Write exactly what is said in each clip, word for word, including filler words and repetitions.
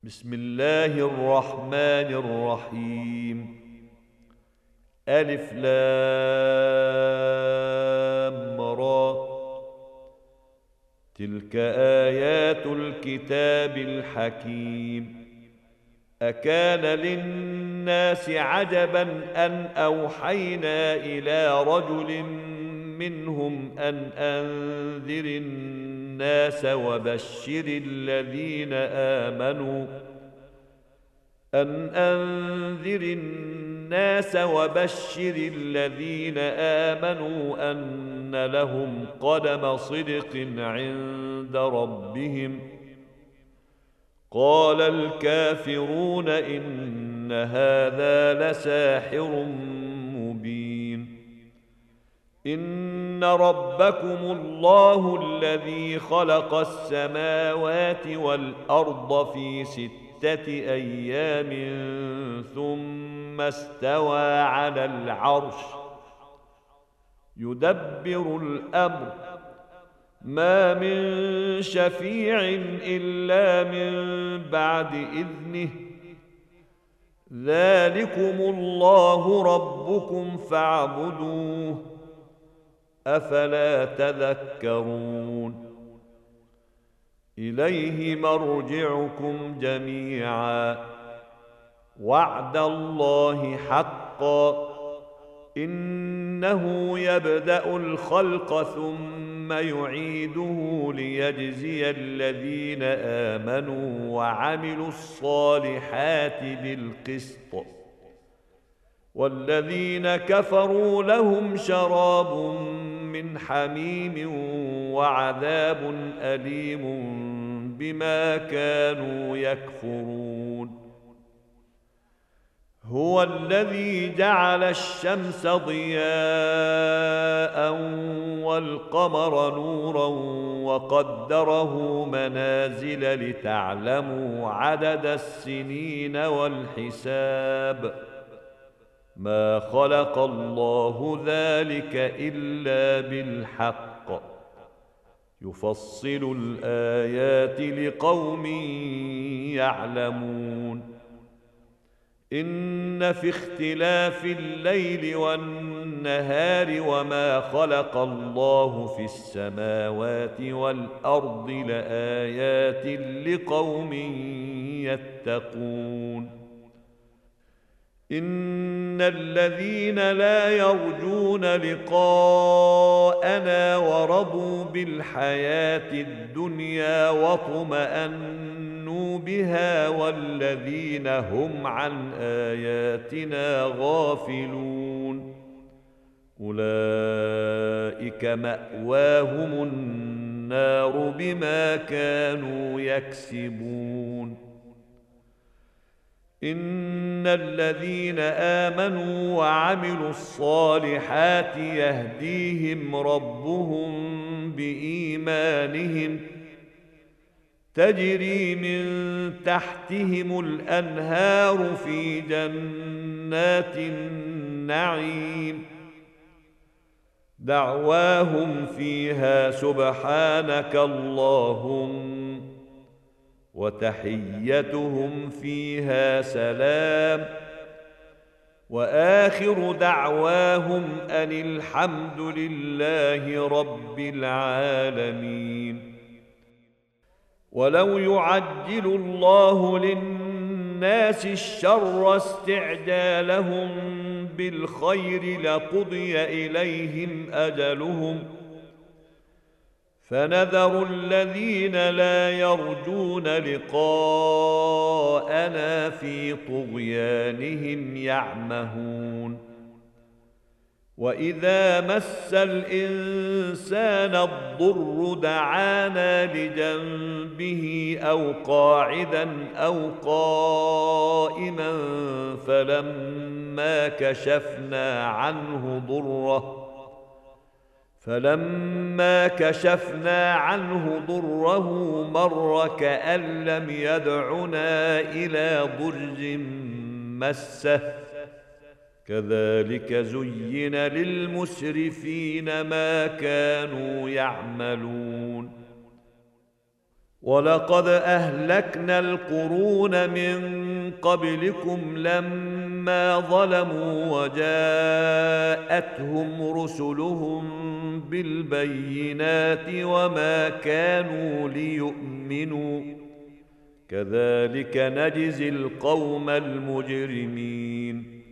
بسم الله الرحمن الرحيم. ألف لام را. تلك آيات الكتاب الحكيم. أكان للناس عجبا أن أوحينا إلى رجل منهم أن أنذر الناس وبشر الذين آمنوا أن أنذر الناس وبشر الذين آمنوا أن لهم قدم صدق عند ربهم. قال الكافرون إن هذا لساحر مبين. إن ربكم الله الذي خلق السماوات والأرض في ستة أيام ثم استوى على العرش يدبر الأمر ما من شفيع إلا من بعد إذنه. ذلكم الله ربكم فاعبدوه أفلا تذكرون. إليه مرجعكم جميعا وعد الله حقا إنه يبدأ الخلق ثم يعيده ليجزي الذين آمنوا وعملوا الصالحات بالقسط والذين كفروا لهم شراب من حميم وعذاب أليم بما كانوا يكفرون. هو الذي جعل الشمس ضياء والقمر نورا وقدره منازل لتعلموا عدد السنين والحساب. ما خلق الله ذلك إلا بالحق يفصل الآيات لقوم يعلمون. إن في اختلاف الليل والنهار وما خلق الله في السماوات والأرض لآيات لقوم يتقون. إن الذين لا يرجون لقاءنا ورضوا بالحياة الدنيا واطمأنوا بها والذين هم عن آياتنا غافلون أولئك مأواهم النار بما كانوا يكسبون. إن الذين آمنوا وعملوا الصالحات يهديهم ربهم بإيمانهم تجري من تحتهم الأنهار في جنات النعيم دعواهم فيها سبحانك اللهم وتحيتهم فيها سلام وآخر دعواهم أن الحمد لله رب العالمين. ولو يعجل الله للناس الشر استعجالهم بالخير لقضي إليهم أجلهم فنذر الذين لا يرجون لقاءنا في طغيانهم يعمهون. وإذا مس الإنسان الضر دعانا لجنبه أو قاعدا أو قائما فلما كشفنا عنه ضره فلما كشفنا عنه ضره مر كأن لم يدعنا إلى ضر مسه كذلك زين للمسرفين ما كانوا يعملون. ولقد أهلكنا القرون من قبلكم لما ظلموا وجاءتهم رسلهم بالبينات وما كانوا ليؤمنوا كذلك نجزي القوم المجرمين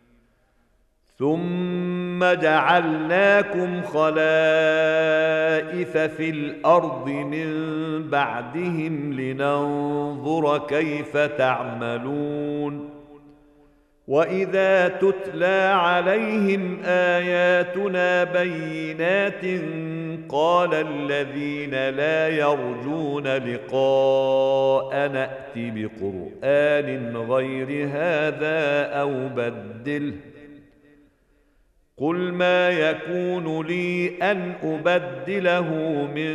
ثم جعلناكم خلائف في الأرض من بعدهم لننظر كيف تعملون وإذا تتلى عليهم آياتنا بينات قال الذين لا يرجون لقاء نأت بقرآن غير هذا أو بدله قل ما يكون لي أن أبدله من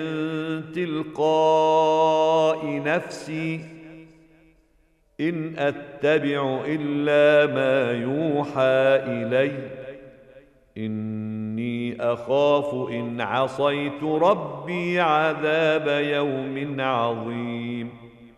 تلقاء نفسي إن أتبع إلا ما يوحى إلي إني أخاف إن عصيت ربي عذاب يوم عظيم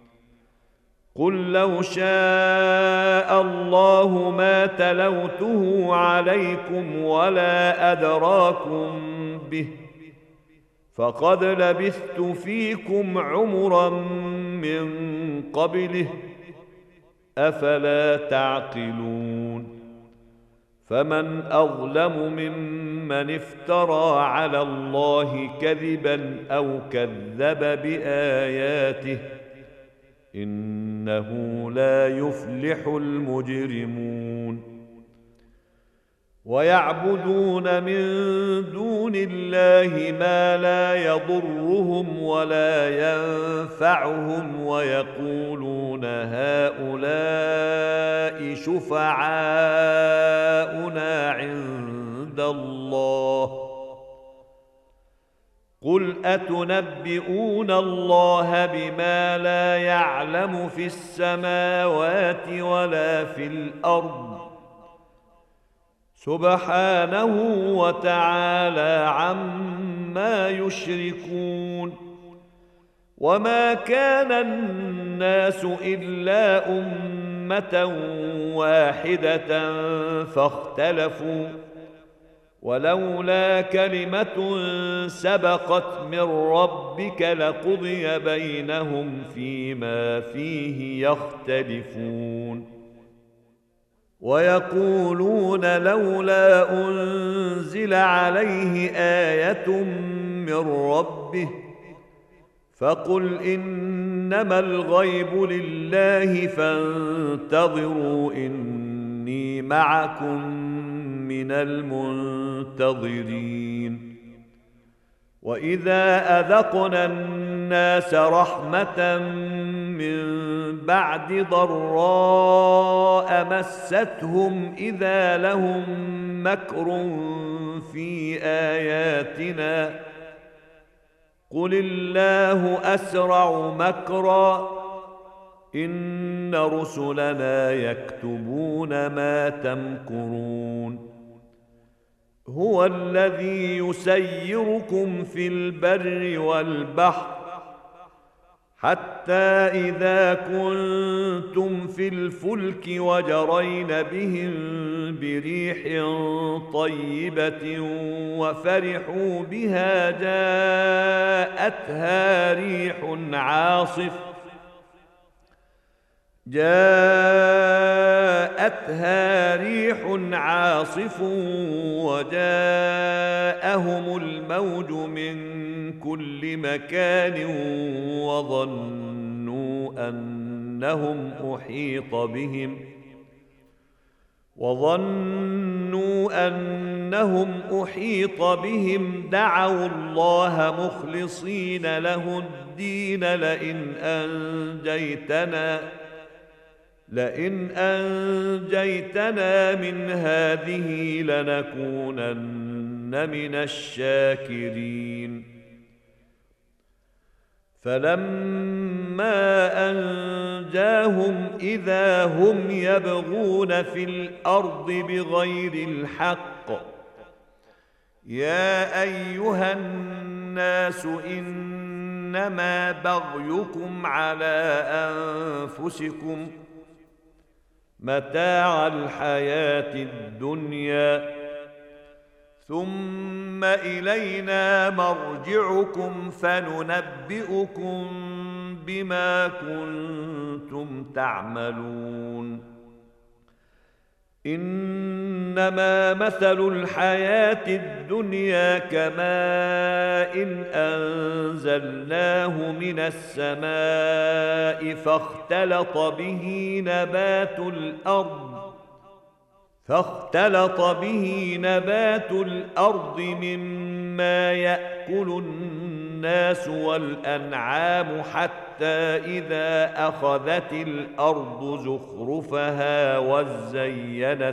قل لو شاء الله ما تلوته عليكم ولا أدراكم به فقد لبثت فيكم عمرا من قبله أفلا تعقلون فمن أظلم ممن افترى على الله كذبا أو كذب بآياته إنه لا يفلح المجرمون ويعبدون من دون الله ما لا يضرهم ولا ينفعهم ويقولون هؤلاء شفعاؤنا عند الله قل أتنبئون الله بما لا يعلم في السماوات ولا في الأرض سبحانه وتعالى عما يشركون وما كان الناس إلا أمة واحدة فاختلفوا ولولا كلمة سبقت من ربك لقضي بينهم فيما فيه يختلفون ويقولون لولا أنزل عليه آية من ربه فقل إنما الغيب لله فانتظروا إني معكم من المنتظرين وإذا أذقنا الناس رحمة من بعد ضراء مستهم إذا لهم مكر في آياتنا قل الله أسرع مكرا إن رسلنا يكتبون ما تمكرون هو الذي يسيركم في البر والبحر حتى إذا كنتم في الفلك وجرين بهم بريح طيبة وفرحوا بها جاءتها ريح عاصف جاءتها ريح عاصف وجاءهم الموج من كل مكان وظنوا أنهم أحيط بهم وظنوا أنهم أحيط بهم دعوا الله مخلصين له الدين لئن أنجيتنا لئن أنجيتنا من هذه لنكونن من الشاكرين فلما أنجاهم إذا هم يبغون في الأرض بغير الحق يا أيها الناس إن إنما بغيكم على أنفسكم متاع الحياة الدنيا ثم إلينا مرجعكم فننبئكم بما كنتم تعملون. إنما مثل الحياة الدنيا كماء إن أنزلناه من السماء فاختلط به نبات الأرض فاختلط به نبات الأرض مما يأكل الناس والأنعام حتى إذا أخذت الأرض زخرفها وزينت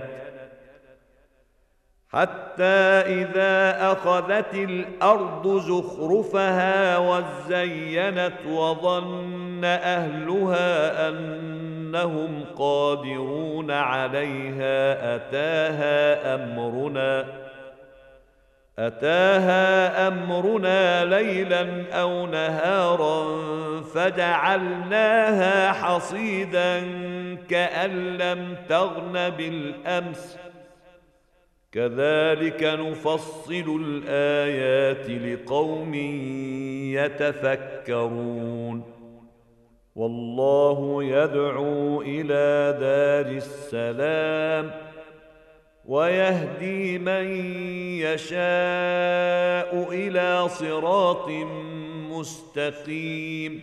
حتى إذا أخذت الأرض زخرفها وزينت وظن أهلها أنهم قادرون عليها أتاها أمرنا أتاها أمرنا ليلا أو نهارا فجعلناها حصيدا كأن لم تغن بالأمس كذلك نفصل الآيات لقوم يتفكرون. والله يدعو إلى دار السلام ويهدي من يشاء إلى صراط مستقيم.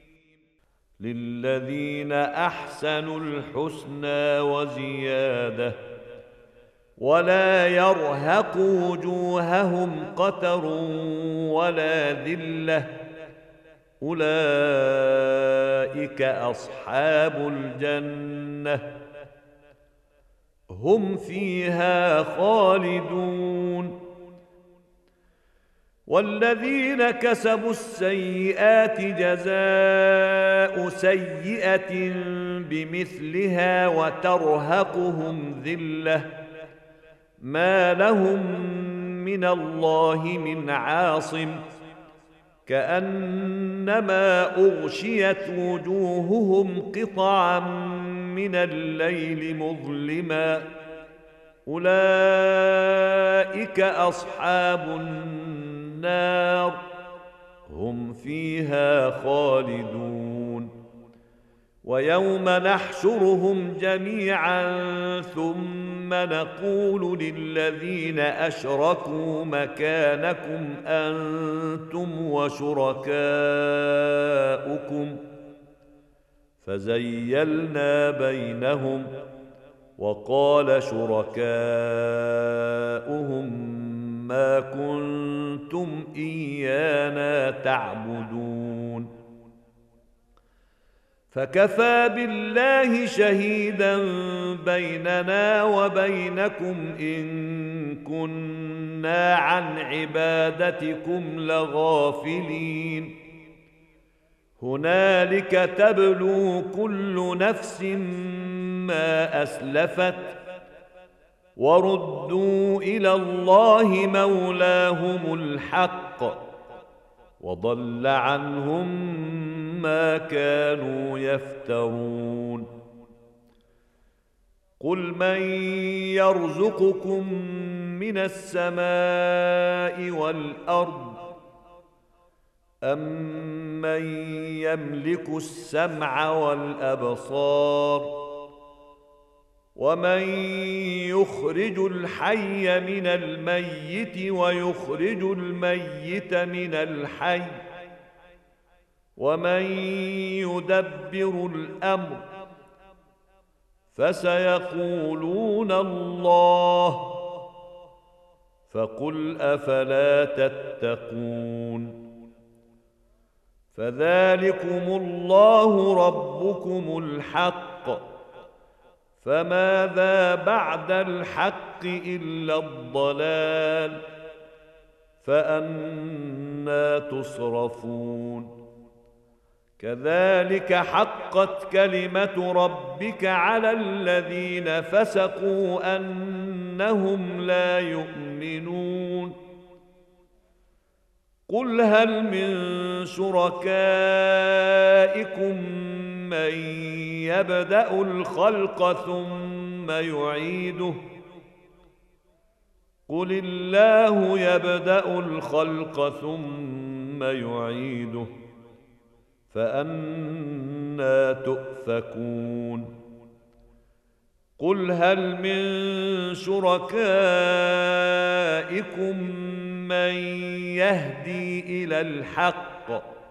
للذين أحسنوا الحسنى وزيادة ولا يرهق وجوههم قتر ولا ذلة أولئك أصحاب الجنة هم فيها خالدون. والذين كسبوا السيئات جزاء سيئة بمثلها وترهقهم ذلة ما لهم من الله من عاصم كأنما أغشيت وجوههم قطعا من الليل مظلما أولئك أصحاب النار هم فيها خالدون. ويوم نحشرهم جميعا ثم نقول للذين أشركوا مكانكم أنتم وشركاؤكم فزيلنا بينهم وقال شركاؤهم ما كنتم إيانا تعبدون فكفى بالله شهيدا بيننا وبينكم إن كنا عن عبادتكم لغافلين هنالك تبلو كل نفس ما أسلفت وردوا إلى الله مولاهم الحق وضل عنهم ما كانوا يفترون. قل من يرزقكم من السماء والأرض أمن يملك السمع والأبصار ومن يخرج الحي من الميت ويخرج الميت من الحي ومن يدبر الأمر فسيقولون الله فقل أفلا تتقون. فذلكم الله ربكم الحق فماذا بعد الحق إلا الضلال فأنى تصرفون. كذلك حقت كلمة ربك على الذين فسقوا أنهم لا يؤمنون. قل هل من شركائكم من يبدأ الخلق ثم يعيده قل الله يبدأ الخلق ثم يعيده فأنى تؤفكون قل هل من شركائكم من يهدي إلى الحق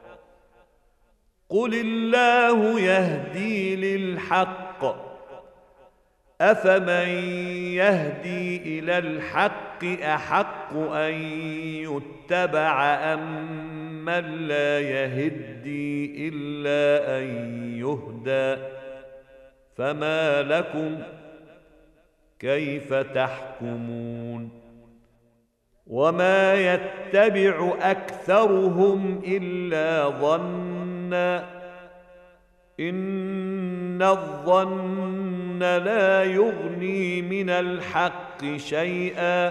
قل الله يهدي للحق أفمن يهدي إلى الحق أحق أن يتبع أم من لا يهدي إلا أن يهدى فما لكم كيف تحكمون وما يتبع أكثرهم إلا ظنا إن الظن لا يغني من الحق شيئا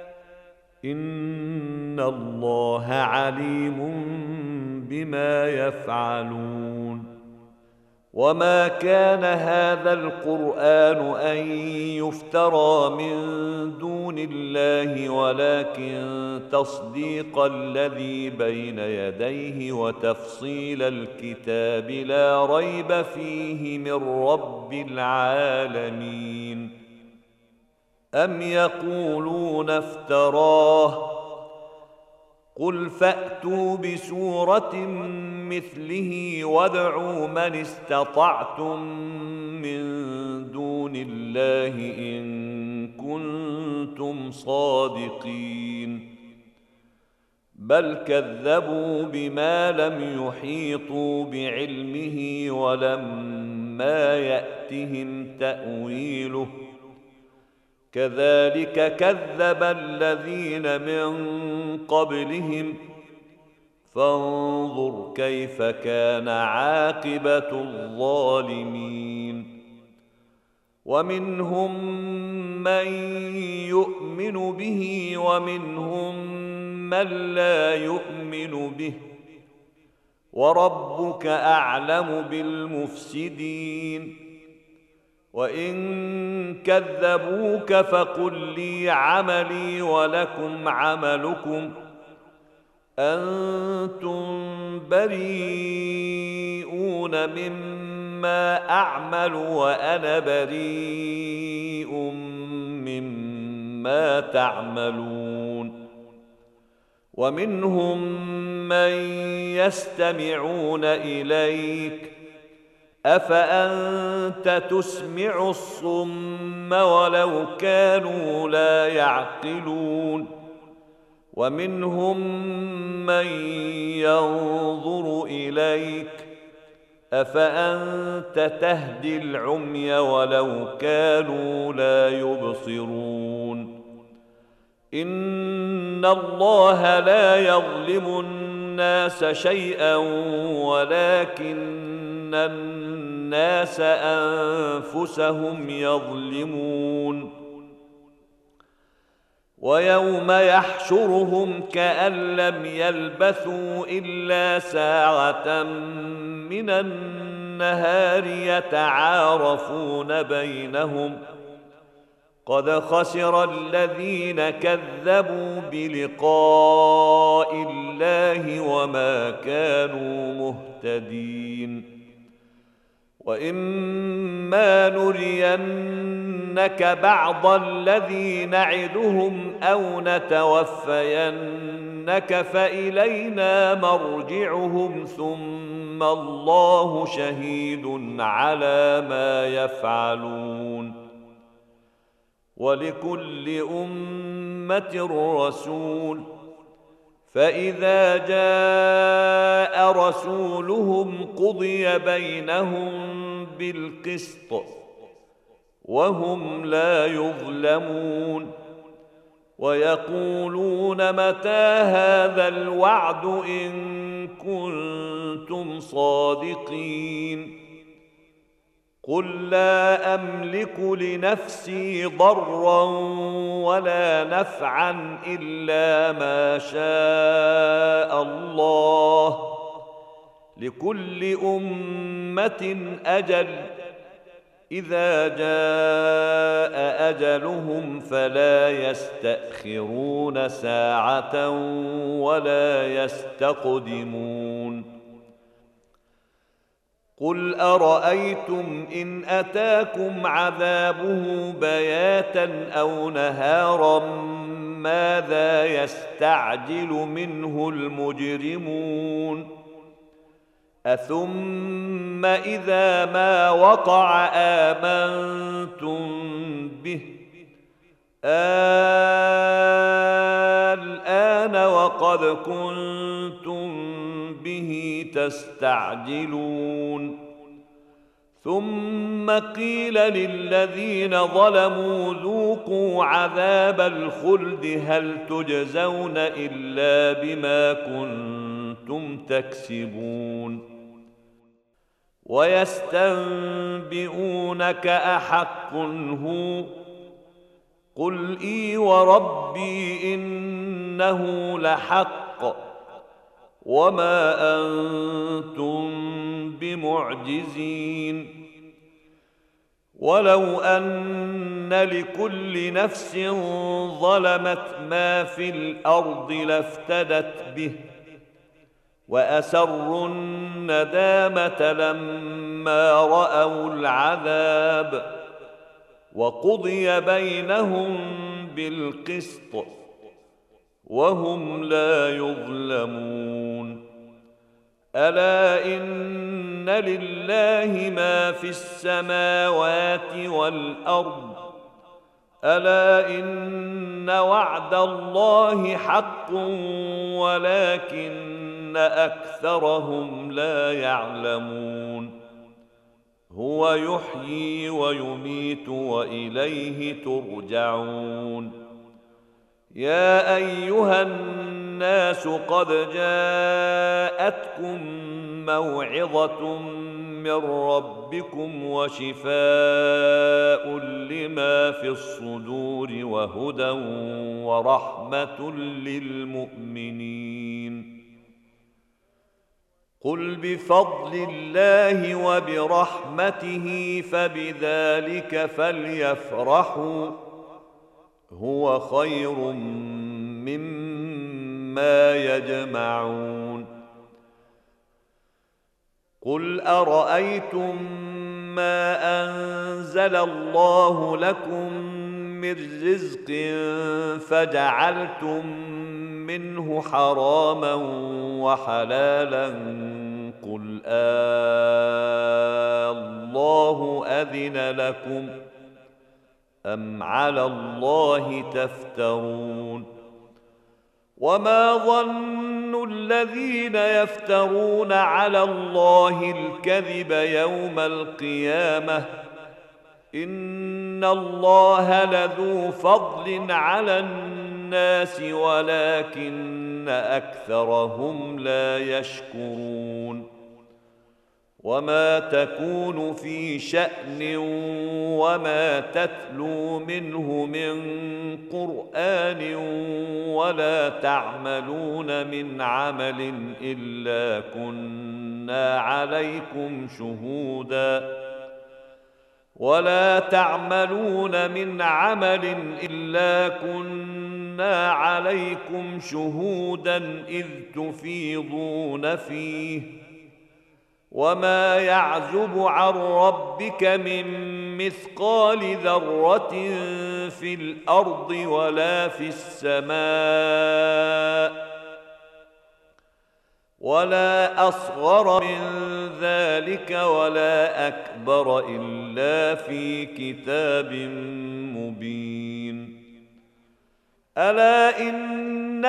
إن الله عليم بما يفعلون وما كان هذا القرآن أن يفترى من دون الله ولكن تصديق الذي بين يديه وتفصيل الكتاب لا ريب فيه من رب العالمين أم يقولون افتراه قل فأتوا بسورة مثله وادعوا من استطعتم من دون الله إن كنتم صادقين بل كذبوا بما لم يحيطوا بعلمه ولما يأتهم تأويله كذلك كذب الذين من قبلهم فانظر كيف كان عاقبة الظالمين ومنهم من يؤمن به ومنهم من لا يؤمن به وربك أعلم بالمفسدين وإن كذبوك فقل لي عملي ولكم عملكم أنتم بريئون مما أعمل وأنا بريء مما تعملون ومنهم من يستمعون إليك أفأنت تسمع الصم ولو كانوا لا يعقلون ومنهم من ينظر إليك أفأنت تهدي العمي ولو كانوا لا يبصرون إن الله لا يظلم الناس شيئا ولكن الناس أنفسهم يظلمون ويوم يحشرهم كأن لم يلبثوا إلا ساعة من النهار يتعارفون بينهم قد خسر الذين كذبوا بلقاء الله وما كانوا مهتدين وإما نرينك بعض الذي نعدهم أو نتوفينك فإلينا مرجعهم ثم الله شهيد على ما يفعلون ولكل أمة رسول فإذا جاء رسولهم قضي بينهم بالقسط وهم لا يظلمون ويقولون متى هذا الوعد إن كنتم صادقين قل لا أملك لنفسي ضرا ولا نفعا إلا ما شاء الله، لكل أمة أجل، إذا جاء أجلهم فلا يستأخرون ساعة ولا يستقدمون. قل أرأيتم إن أتاكم عذابه بياتا أو نهارا ماذا يستعجل منه المجرمون؟ أثم إذا ما وقع آمنتم به؟ الآن وقد كنتم به تستعجلون. ثم قيل للذين ظلموا ذوقوا عذاب الخلد هل تجزون إلا بما كنتم تكسبون. ويستنبئونك أحق هو؟ قل إي وربي إنه لحق وما أنتم بمعجزين. ولو أن لكل نفس ظلمت ما في الأرض لافتدت به وأسروا الندامة لما رأوا العذاب وقضي بينهم بالقسط وهم لا يظلمون. ألا إن لله ما في السماوات والأرض، ألا إن وعد الله حق ولكن أكثرهم لا يعلمون. هو يحيي ويميت وإليه ترجعون. يا أيها الناس قد جاءتكم موعظة من ربكم وشفاء لما في الصدور وهدى ورحمة للمؤمنين. قل بفضل الله وبرحمته فبذلك فليفرحوا هو خير مما يجمعون. قل أرأيتم ما أنزل الله لكم من رزق فجعلتم منه حراما وحلالا قل آه الله أذن لكم أم على الله تفترون؟ وما ظن الذين يفترون على الله الكذب يوم القيامة إن الله لذو فضل على الناس ولكن أكثرهم لا يشكرون. وما تكون في شأن وما تتلو منه من قرآن ولا تعملون من عمل إلا كنا عليكم شهودا ولا تعملون من عمل إلا كنا عليكم شهودا إذ تفيضون فيه وما يعزب عن ربك من مثقال ذرة في الأرض ولا في السماء ولا أصغر من ذلك ولا أكبر إلا في كتاب مبين. ألا إن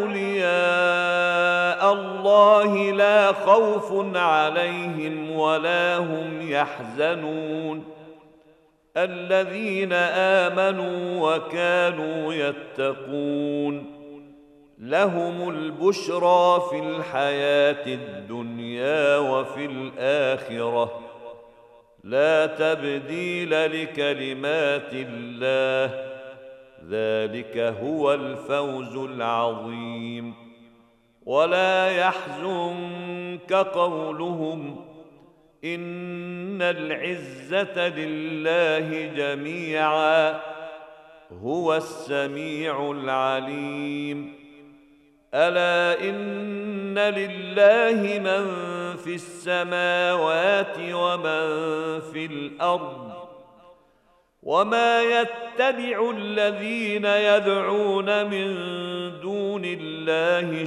أولياء الله لا خوف عليهم ولا هم يحزنون الذين آمنوا وكانوا يتقون لهم البشرى في الحياة الدنيا وفي الآخرة لا تبديل لكلمات الله، ذلك هو الفوز العظيم. ولا يحزنك قولهم إن العزة لله جميعا هو السميع العليم. ألا إن لله من في السماوات ومن في الأرض، وما يتبع الذين يدعون من دون الله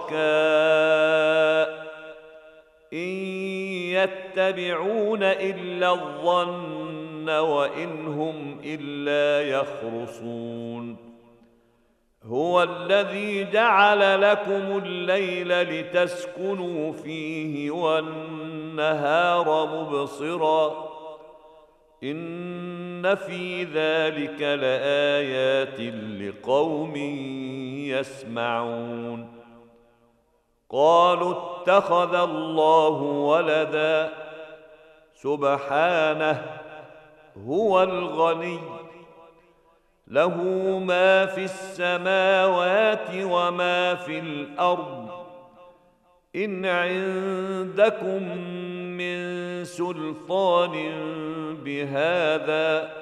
شركاء إن يتبعون إلا الظن وإن هم إلا يخرصون. هو الذي جعل لكم الليل لتسكنوا فيه والنهار مبصرا إن في ذلك لآيات لقوم يسمعون. قالوا اتخذ الله ولدا سبحانه هو الغني له ما في السماوات وما في الأرض إن عندكم من سلطان بهذا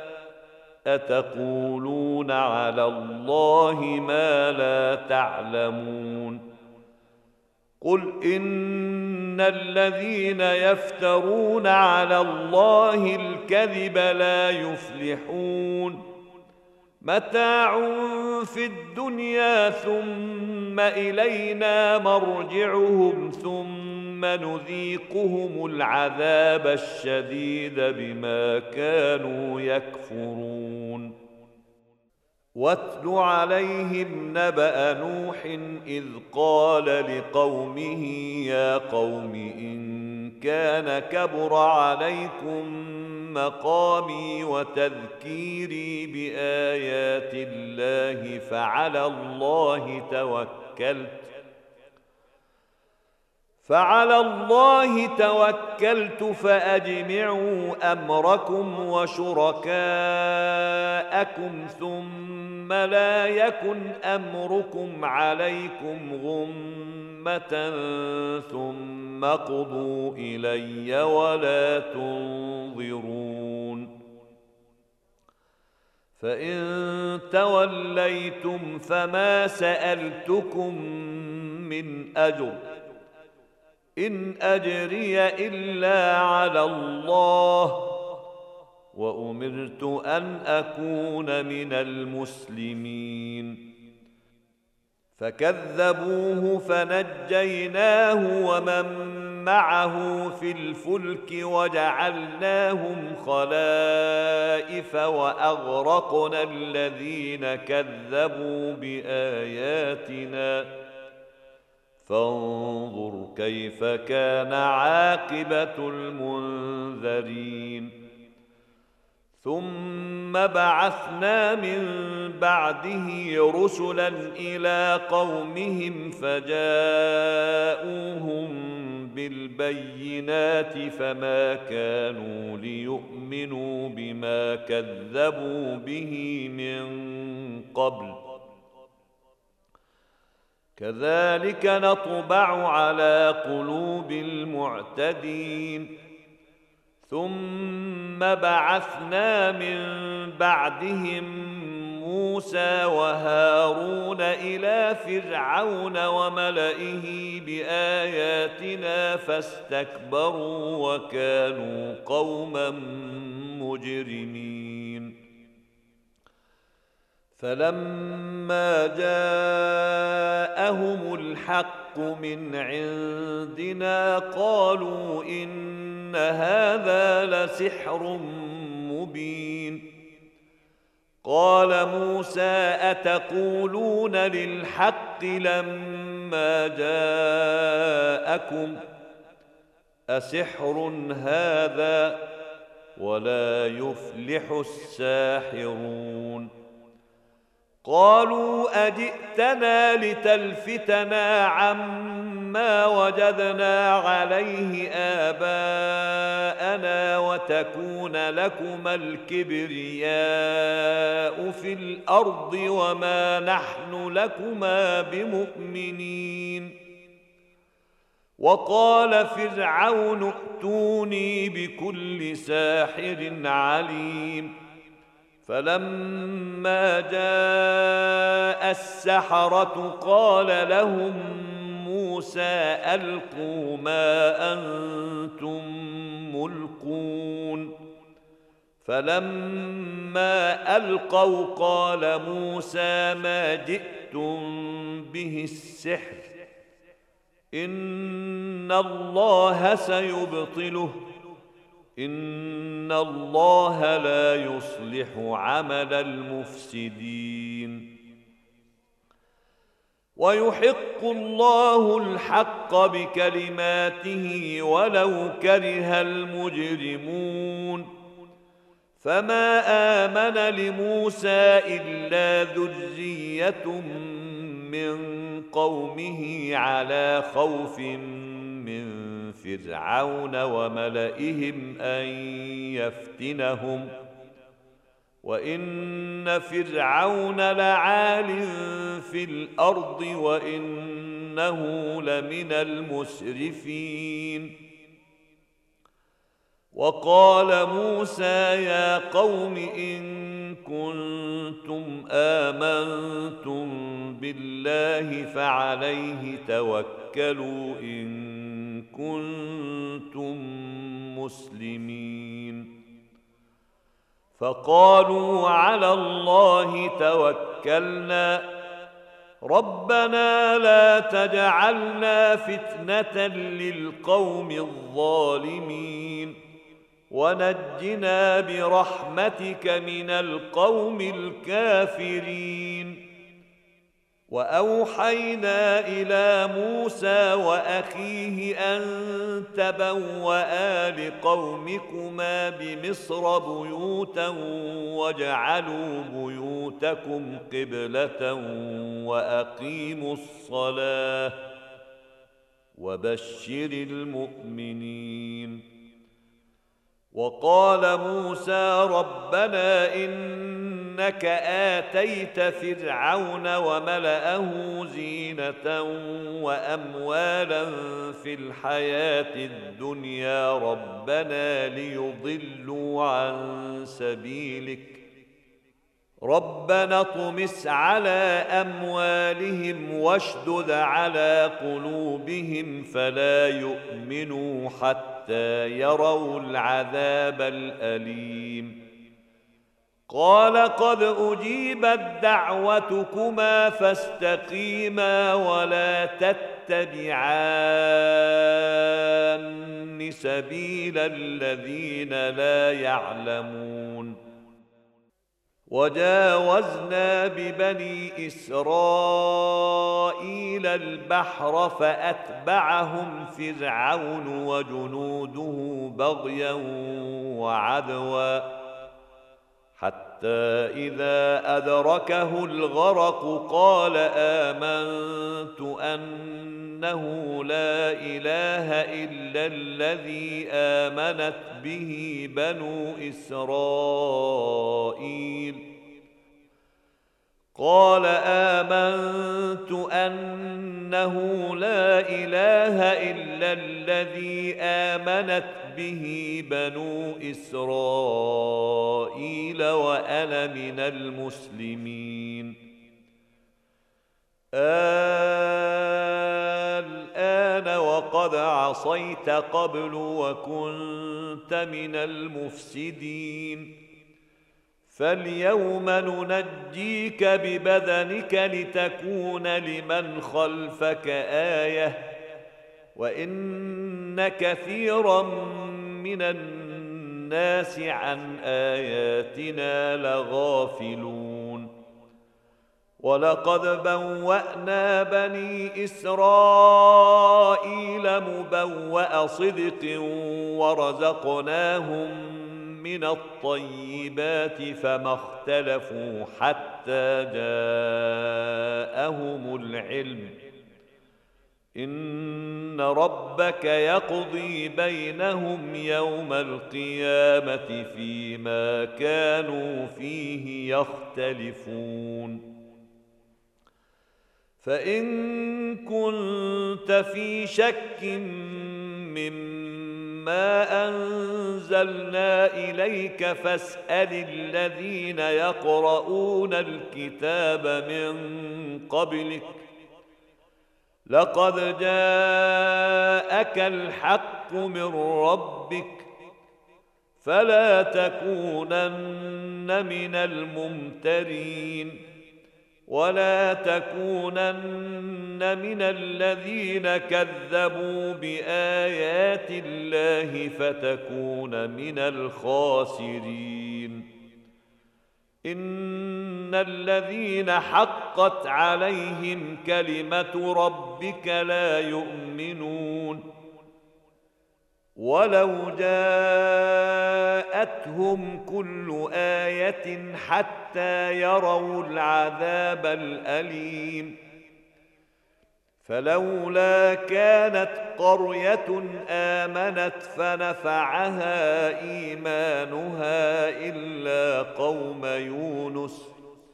أتقولون على الله ما لا تعلمون. قل إن الذين يفترون على الله الكذب لا يفلحون. متاع في الدنيا ثم إلينا مرجعهم ثم نذيقهم العذاب الشديد بما كانوا يكفرون. واتل عليهم نبأ نوح إذ قال لقومه يا قوم إن كان كبر عليكم مقامي وتذكيري بآيات الله فعلى الله توكلت فعلى الله توكلت فأجمعوا أمركم وشركاءكم ثم لا يكن أمركم عليكم غمة ثم قضوا إلي ولا تنظرون. فإن توليتم فما سألتكم من أجر إن أجري إلا على الله وأمرت أن أكون من المسلمين. فكذبوه فنجيناه ومن معه في الفلك وجعلناهم خلائف وأغرقنا الذين كذبوا بآياتنا فانظر كيف كان عاقبة المنذرين. ثم بعثنا من بعده رسلا إلى قومهم فجاءوهم بالبينات فما كانوا ليؤمنوا بما كذبوا به من قبل كذلك نطبع على قلوب المعتدين. ثم بعثنا من بعدهم موسى وهارون إلى فرعون وملئه بآياتنا فاستكبروا وكانوا قوما مجرمين. فلما جاءهم الحق من عندنا قالوا إن هذا لسحر مبين. قال موسى أتقولون للحق لما جاءكم أسحر هذا ولا يفلح الساحرون. قالوا أجئتنا لتلفتنا عما وجدنا عليه آباءنا تكون لكما الكبرياء في الأرض وما نحن لكما بمؤمنين. وقال فرعون ائتوني بكل ساحر عليم. فلما جاء السحرة قال لهم موسى ألقوا ما أنتم ملقون. فلما ألقوا قال موسى ما جئتم به السحر إن الله سيبطله إن الله لا يصلح عمل المفسدين. ويحق الله الحق بكلماته ولو كره المجرمون. فما آمن لموسى إلا ذرية من قومه على خوف من فرعون وملئهم أن يفتنهم وإن فرعون لعال في الأرض وإنه لمن المسرفين. وقال موسى يا قوم إن كنتم آمنتم بالله فعليه توكلوا إن كنتم مسلمين. فقالوا على الله توكلنا ربنا لا تجعلنا فتنة للقوم الظالمين ونجنا برحمتك من القوم الكافرين. وأوحينا إلى موسى وأخيه أن تبوأ لقومكما بمصر بيوتا واجعلوا بيوتكم قبلة وأقيموا الصلاة وبشر المؤمنين. وقال موسى ربنا إنك آتيت فرعون وملأه زينة وأموالا في الحياة الدنيا ربنا ليضلوا عن سبيلك ربنا اطمس على أموالهم واشدد على قلوبهم فلا يؤمنوا حتى يروا العذاب الأليم. قال قد أجيبت دعوتكما فاستقيما ولا تتبعان سبيل الذين لا يعلمون. وجاوزنا ببني إسرائيل البحر فأتبعهم فرعون وجنوده بغيا وعدوا حتى إذا أدركه الغرق قال آمنت أنه لا إله إلا الذي آمنت به بنو إسرائيل قال آمنت أنه لا إله إلا الذي آمنت به بنو إسرائيل وأنا من المسلمين. الآن وقد عصيت قبل وكنت من المفسدين فاليوم ننجيك ببدنك لتكون لمن خلفك آية وإن كثيرا من الناس عن آياتنا لغافلون. ولقد بوأنا بني إسرائيل مبوأ صدق ورزقناهم من الطيبات فما اختلفوا حتى جاءهم العلم إن ربك يقضي بينهم يوم القيامة فيما كانوا فيه يختلفون. فإن كنت في شك مما أنزلنا إليك فاسأل الذين يقرؤون الكتاب من قبلك لقد جاءك الحق من ربك فلا تكونن من الممترين ولا تكونن من الذين كذبوا بآيات الله فتكون من الخاسرين. إن الذين حقت عليهم كلمة ربك لا يؤمنون ولو جاءتهم كل آية حتى يروا العذاب الأليم. فلولا كانت قرية آمنت فنفعها إيمانها إلا قوم يونس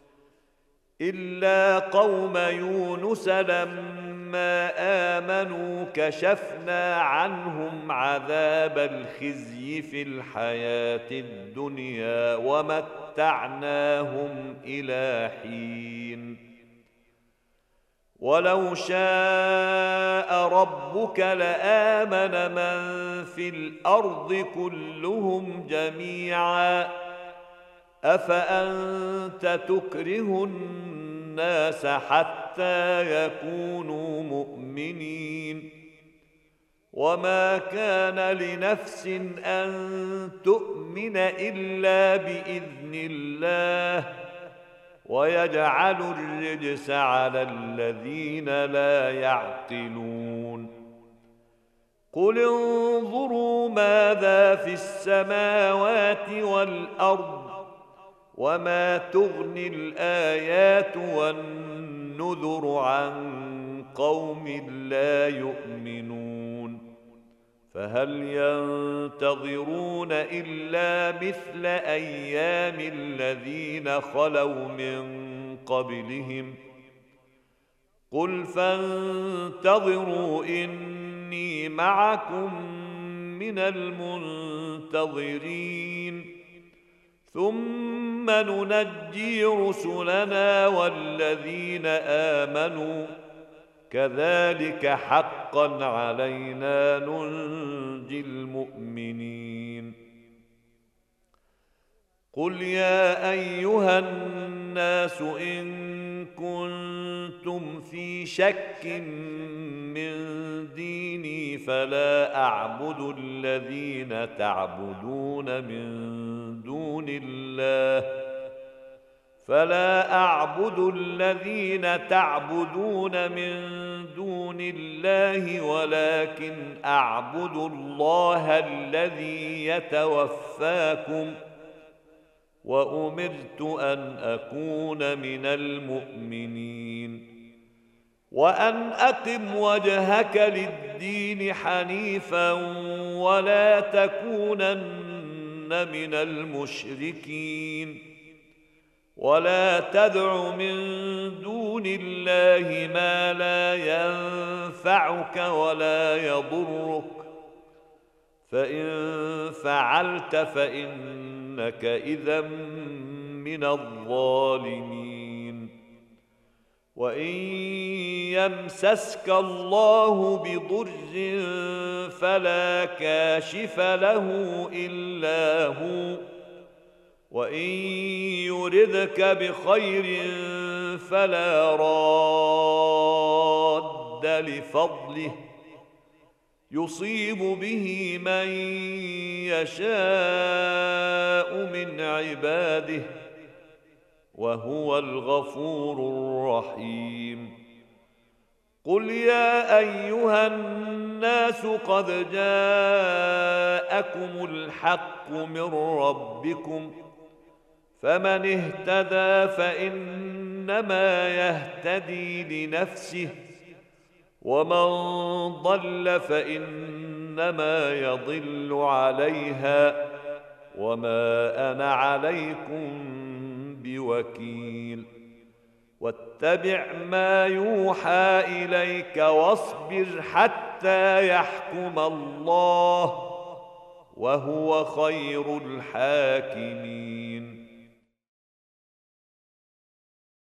إلا قوم يونس لما آمنوا كشفنا عنهم عذاب الخزي في الحياة الدنيا ومتعناهم إلى حين. ولو شاء ربك لآمن من في الأرض كلهم جميعا أفأنت تكره الناس حتى يكونوا مؤمنين وما كان لنفس أن تؤمن إلا بإذن الله ويجعل الرجس على الذين لا يعقلون. قل انظروا ماذا في السماوات والأرض وما تغني الآيات والنذر عن قوم لا يؤمنون. فهل ينتظرون إلا مثل أيام الذين خلوا من قبلهم قل فانتظروا إني معكم من المنتظرين ثم ننجي رسلنا والذين آمنوا كذلك حقا علينا ننجي المؤمنين. قل يا أيها الناس إن كنتم في شك من ديني فلا أعبد الذين تعبدون من دون الله فلا أعبد الذين تعبدون من دون الله ولكن أعبد الله الذي يتوفاكم وأمرت أن أكون من المؤمنين وأن أقم وجهك للدين حنيفا ولا تكونن من المشركين ولا تدع من دون الله ما لا ينفعك ولا يضرك فإن فعلت فإنك إذا من الظالمين. وإن يمسسك الله بضر فلا كاشف له إلا هو وإن يردك بخير فلا راد لفضله يصيب به من يشاء من عباده وهو الغفور الرحيم. قل يا أيها الناس قد جاءكم الحق من ربكم فمن اهتدى فإنما يهتدي لنفسه ومن ضل فإنما يضل عليها وما أنا عليكم بوكيل واتبع ما يوحى إليك واصبر حتى يحكم الله وهو خير الحاكمين